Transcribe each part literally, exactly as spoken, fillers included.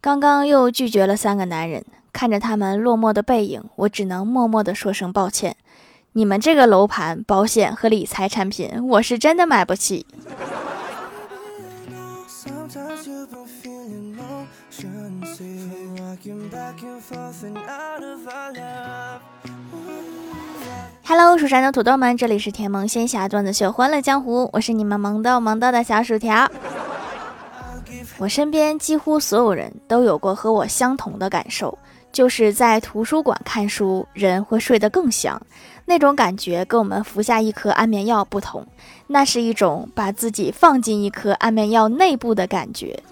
刚刚又拒绝了三个男人，看着他们落寞的背影，我只能默默地说声抱歉。你们这个楼盘、保险和理财产品，我是真的买不起。Hello， 蜀山的土豆们，这里是甜萌仙侠段子秀欢乐江湖，我是你们萌豆萌豆的小薯条。我身边几乎所有人都有过和我相同的感受，就是在图书馆看书，人会睡得更香。那种感觉跟我们服下一颗安眠药不同，那是一种把自己放进一颗安眠药内部的感觉。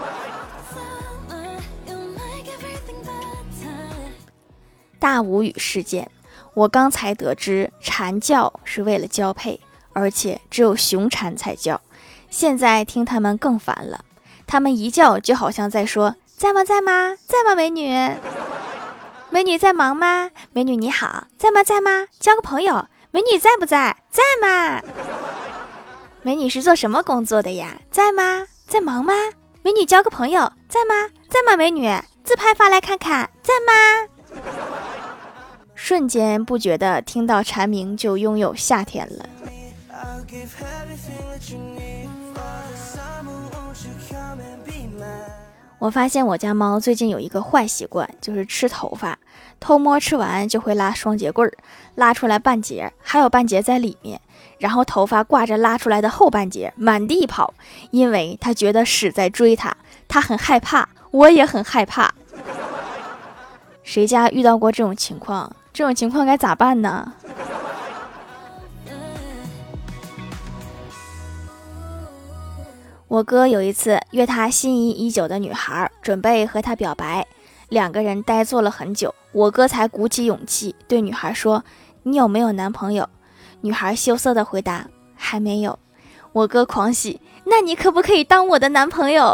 大无语事件，我刚才得知蝉叫是为了交配，而且只有雄蝉才叫。现在听他们更烦了，他们一叫就好像在说在吗在吗在吗美女，美女在忙吗？美女你好，在吗在吗？交个朋友。美女在不在？在吗？美女是做什么工作的呀？在吗？在忙吗？美女交个朋友。在吗？在吗美女？自拍发来看看。在吗？瞬间不觉得听到蝉鸣就拥有夏天了。我发现我家猫最近有一个坏习惯，就是吃头发，偷摸吃完就会拉双节棍，拉出来半截，还有半截在里面，然后头发挂着拉出来的后半截满地跑，因为它觉得屎在追它，它很害怕，我也很害怕。谁家遇到过这种情况？这种情况该咋办呢？我哥有一次约他心仪已久的女孩，准备和她表白，两个人呆坐了很久，我哥才鼓起勇气对女孩说：“你有没有男朋友？”女孩羞涩地回答：“还没有。”我哥狂喜：“那你可不可以当我的男朋友？”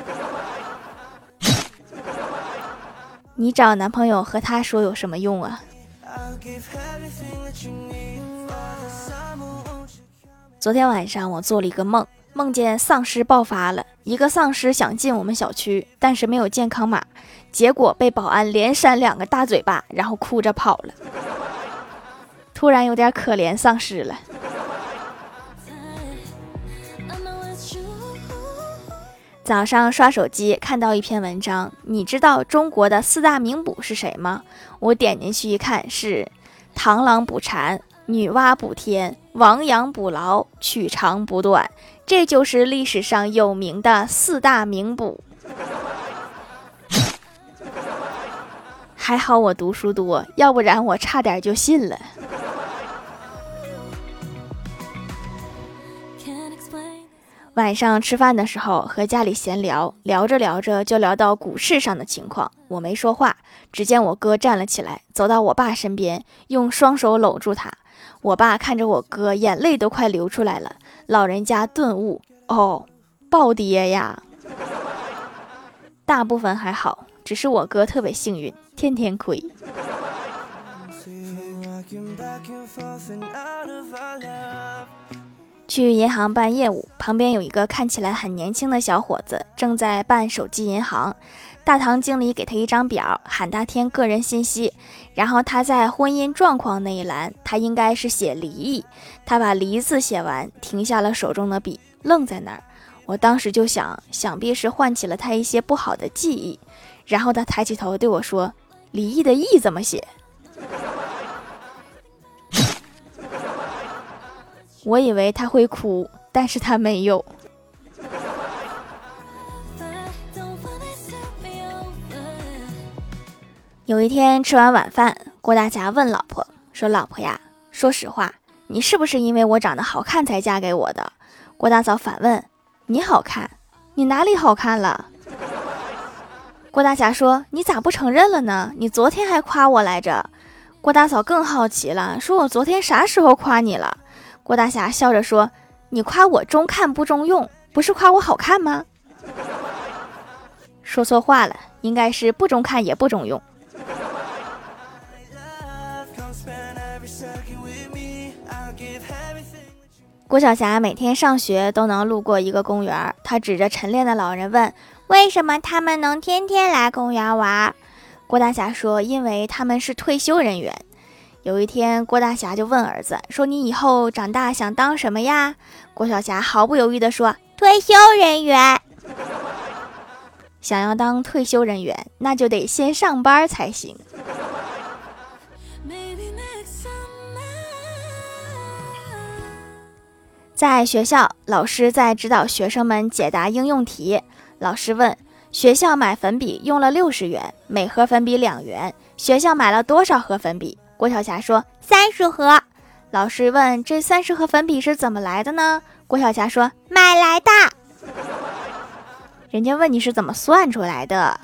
你找男朋友和他说有什么用啊？昨天晚上我做了一个梦，梦见丧尸爆发了，一个丧尸想进我们小区，但是没有健康码，结果被保安连扇两个大嘴巴，然后哭着跑了。突然有点可怜丧尸了。早上刷手机看到一篇文章，你知道中国的四大名捕是谁吗？我点进去一看，是螳螂捕蝉、女娲补天、亡羊补牢、取长补短，这就是历史上有名的四大名捕。还好我读书多，要不然我差点就信了。晚上吃饭的时候和家里闲聊，聊着聊着就聊到股市上的情况，我没说话，只见我哥站了起来，走到我爸身边，用双手搂住他。我爸看着我哥，眼泪都快流出来了，老人家顿悟，哦，暴跌呀。大部分还好，只是我哥特别幸运，天天亏。去银行办业务，旁边有一个看起来很年轻的小伙子，正在办手机银行。大堂经理给他一张表，喊他填个人信息，然后他在婚姻状况那一栏，他应该是写离异。他把离字写完，停下了手中的笔，愣在那儿。我当时就想，想必是唤起了他一些不好的记忆。然后他抬起头对我说：“离异的异怎么写？”我以为他会哭，但是他没有。有一天吃完晚饭，郭大侠问老婆说：“老婆呀，说实话，你是不是因为我长得好看才嫁给我的？”郭大嫂反问：“你好看？你哪里好看了？”郭大侠说：“你咋不承认了呢？你昨天还夸我来着。”郭大嫂更好奇了，说：“我昨天啥时候夸你了？”郭大侠笑着说：“你夸我中看不中用，不是夸我好看吗？”说错话了，应该是不中看也不中用。郭晓霞每天上学都能路过一个公园，她指着晨练的老人问：“ 为什么他们能天天来公园玩？郭大侠说，因为他们是退休人员。有一天，郭大侠就问儿子说，你以后长大想当什么呀？郭小侠毫不犹豫地说，退休人员。想要当退休人员，那就得先上班才行。在学校，老师在指导学生们解答应用题。老师问，学校买粉笔用了六十元，每盒粉笔两元，学校买了多少盒粉笔？郭小侠说，三十盒。老师问，这三十盒粉笔是怎么来的呢？郭小侠说，买来的。人家问你是怎么算出来的。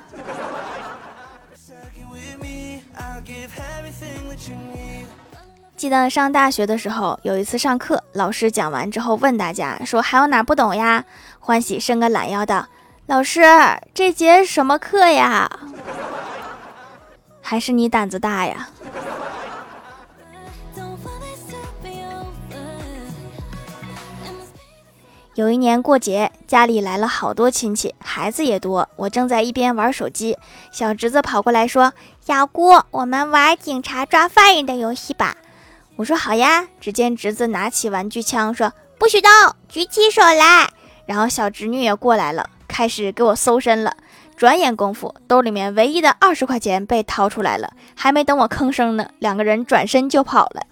记得上大学的时候，有一次上课，老师讲完之后问大家说，还有哪不懂呀？欢喜伸个懒腰道，老师，这节什么课呀？还是你胆子大呀。有一年过节，家里来了好多亲戚，孩子也多，我正在一边玩手机，小侄子跑过来说，小姑，我们玩警察抓犯人的游戏吧。我说好呀。只见侄子拿起玩具枪说，不许动，举起手来。然后小侄女也过来了，开始给我搜身了。转眼功夫，兜里面唯一的二十块钱被掏出来了，还没等我吭声呢，两个人转身就跑了。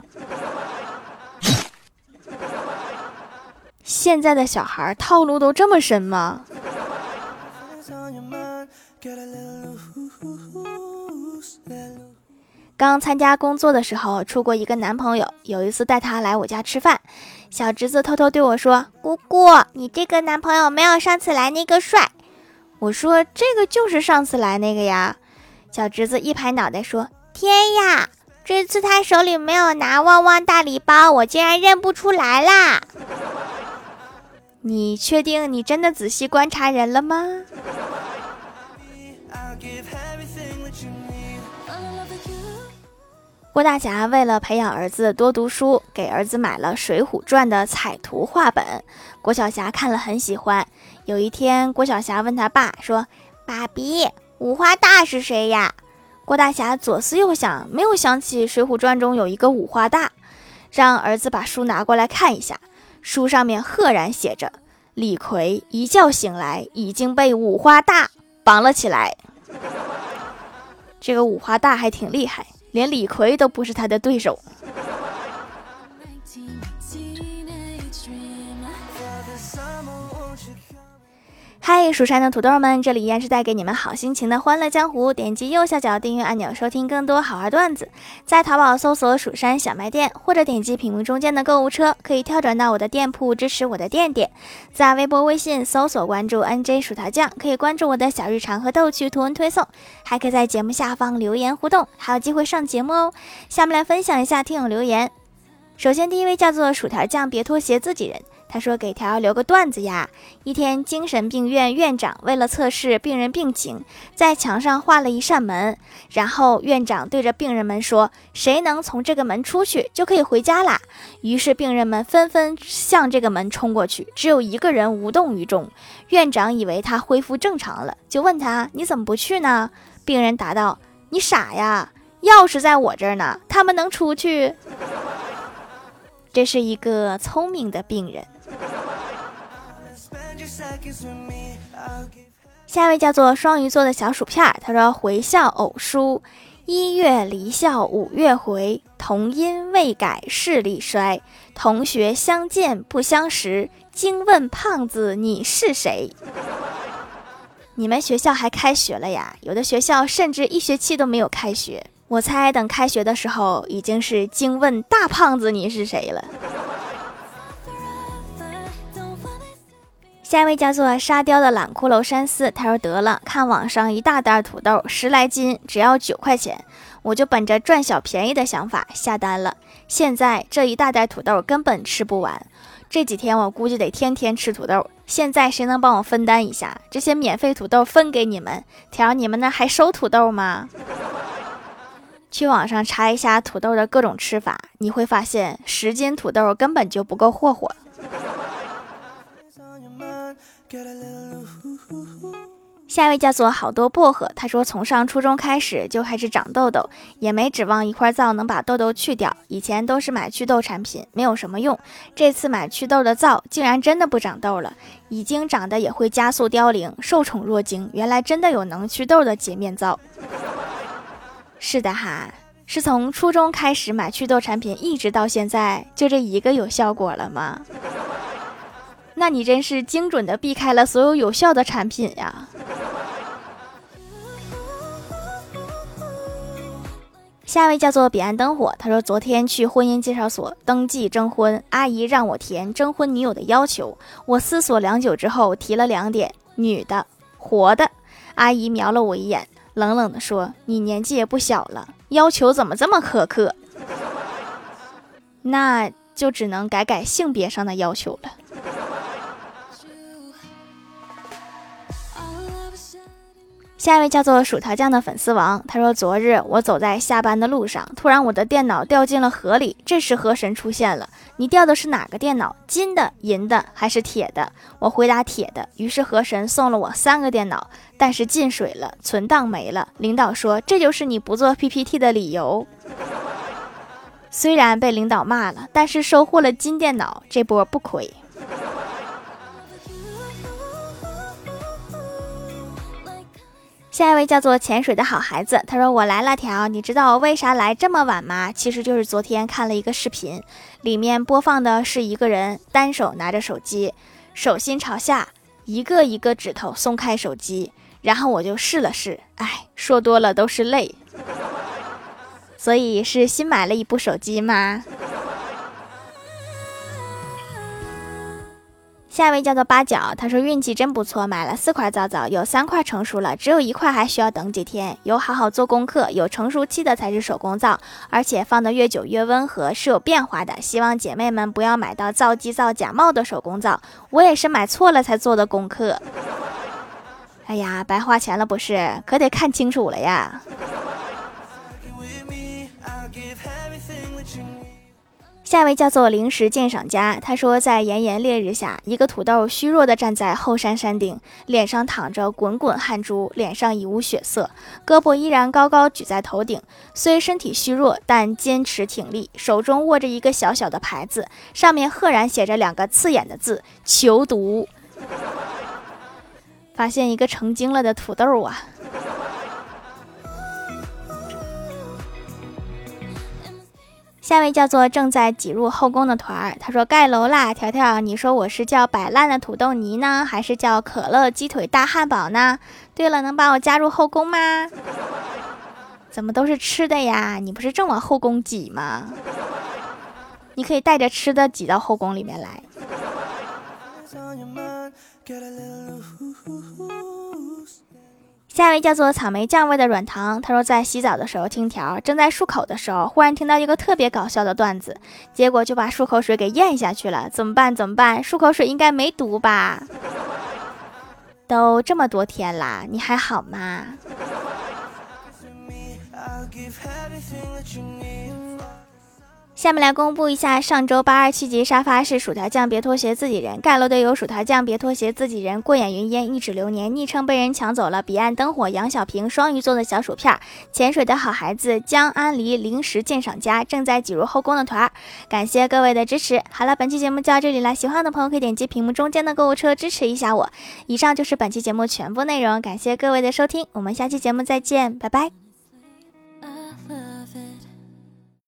现在的小孩套路都这么深吗？刚参加工作的时候出过一个男朋友，有一次带他来我家吃饭，小侄子偷偷对我说，姑姑，你这个男朋友没有上次来那个帅。我说，这个就是上次来那个呀。小侄子一拍脑袋说，天呀，这次他手里没有拿旺旺大礼包，我竟然认不出来啦。你确定你真的仔细观察人了吗？郭大侠为了培养儿子多读书，给儿子买了《水浒传》的彩图画本。郭小侠看了很喜欢。有一天，郭小侠问他爸说，爸比，五花大是谁呀？郭大侠左思右想，没有想起《水浒传》中有一个五花大，让儿子把书拿过来看一下。书上面赫然写着，李逵一觉醒来已经被五花大绑了起来。这个五花大还挺厉害，连李逵都不是他的对手。嗨，蜀山的土豆们，这里依然是带给你们好心情的欢乐江湖。点击右下角订阅按钮，收听更多好玩段子。在淘宝搜索蜀山小卖店，或者点击屏幕中间的购物车，可以跳转到我的店铺，支持我的店店。在微博、微信搜索关注 N J 薯条酱，可以关注我的小日常和逗趣图文推送，还可以在节目下方留言互动，还有机会上节目哦。下面来分享一下听友留言。首先第一位叫做薯条酱别拖鞋自己人，他说，给条留个段子呀。一天，精神病院院长为了测试病人病情，在墙上画了一扇门，然后院长对着病人们说，谁能从这个门出去就可以回家啦。于是病人们纷纷向这个门冲过去，只有一个人无动于衷。院长以为他恢复正常了，就问他，你怎么不去呢？病人答道，你傻呀，钥匙在我这儿呢，他们能出去？这是一个聪明的病人。下一位叫做双鱼座的小薯片，他说，回校偶书，一月离校五月回，同音未改视力衰，同学相见不相识，惊问胖子你是谁？你们学校还开学了呀？有的学校甚至一学期都没有开学。我猜等开学的时候，已经是惊问大胖子你是谁了。下一位叫做沙雕的懒骷髅山寺，他说，得了，看网上一大袋土豆十来斤，只要九块钱，我就本着赚小便宜的想法下单了。现在这一大袋土豆根本吃不完，这几天我估计得天天吃土豆。现在谁能帮我分担一下？这些免费土豆分给你们，条你们那还收土豆吗？去网上查一下土豆的各种吃法，你会发现十斤土豆根本就不够霍霍。 下一位叫做好多薄荷，他说从上初中开始就开始长痘痘，也没指望一块皂能把痘痘去掉，以前都是买祛痘产品，没有什么用，这次买祛痘的皂竟然真的不长痘了，已经长得也会加速凋零，受宠若惊，原来真的有能祛痘的洁面皂。是的哈，是从初中开始买祛痘产品一直到现在就这一个有效果了吗？那你真是精准的避开了所有有效的产品呀。下一位叫做彼岸灯火，他说昨天去婚姻介绍所登记征婚，阿姨让我填征婚女友的要求，我思索良久之后提了两点，女的，活的。阿姨瞄了我一眼，冷冷地说，你年纪也不小了，要求怎么这么苛刻？那就只能改改性别上的要求了。下一位叫做薯条酱的粉丝王，他说昨日我走在下班的路上，突然我的电脑掉进了河里，这时河神出现了，你掉的是哪个电脑？金的、银的还是铁的？我回答铁的，于是河神送了我三个电脑，但是进水了，存档没了，领导说这就是你不做 P P T 的理由。虽然被领导骂了，但是收获了金电脑，这波不亏。下一位叫做潜水的好孩子，他说我来了条，你知道我为啥来这么晚吗？其实就是昨天看了一个视频，里面播放的是一个人单手拿着手机，手心朝下，一个一个指头松开手机，然后我就试了试，哎，说多了都是泪。所以是新买了一部手机吗？下一位叫做八角，他说运气真不错，买了四块皂皂，有三块成熟了，只有一块还需要等几天。有好好做功课，有成熟期的才是手工皂，而且放得越久越温和，是有变化的。希望姐妹们不要买到皂基皂假冒的手工皂，我也是买错了才做的功课。哎呀，白花钱了不是？可得看清楚了呀。下一位叫做零食鉴赏家，他说在炎炎烈日下，一个土豆虚弱地站在后山山顶，脸上淌着滚滚汗珠，脸上已无血色，胳膊依然高高举在头顶，虽身体虚弱，但坚持挺立，手中握着一个小小的牌子，上面赫然写着两个刺眼的字，求读。发现一个成精了的土豆啊。下位叫做正在挤入后宫的团儿，他说盖楼啦，条条，你说我是叫摆烂的土豆泥呢，还是叫可乐鸡腿大汉堡呢？对了，能把我加入后宫吗？怎么都是吃的呀？你不是正往后宫挤吗？你可以带着吃的挤到后宫里面来。下一位叫做草莓酱味的软糖，他说在洗澡的时候听条，正在漱口的时候忽然听到一个特别搞笑的段子，结果就把漱口水给咽下去了，怎么办怎么办？漱口水应该没毒吧？都这么多天啦，你还好吗？下面来公布一下上周八十七集沙发是薯条酱别拖鞋自己人，盖楼的有薯条酱别拖鞋自己人，过眼云烟一指流年，昵称被人抢走了，彼岸灯火杨小平，双鱼座的小薯片，潜水的好孩子，江安离零食鉴赏家，正在挤入后宫的团，感谢各位的支持。好了，本期节目就到这里了，喜欢的朋友可以点击屏幕中间的购物车支持一下我。以上就是本期节目全部内容，感谢各位的收听，我们下期节目再见，拜拜。I love it.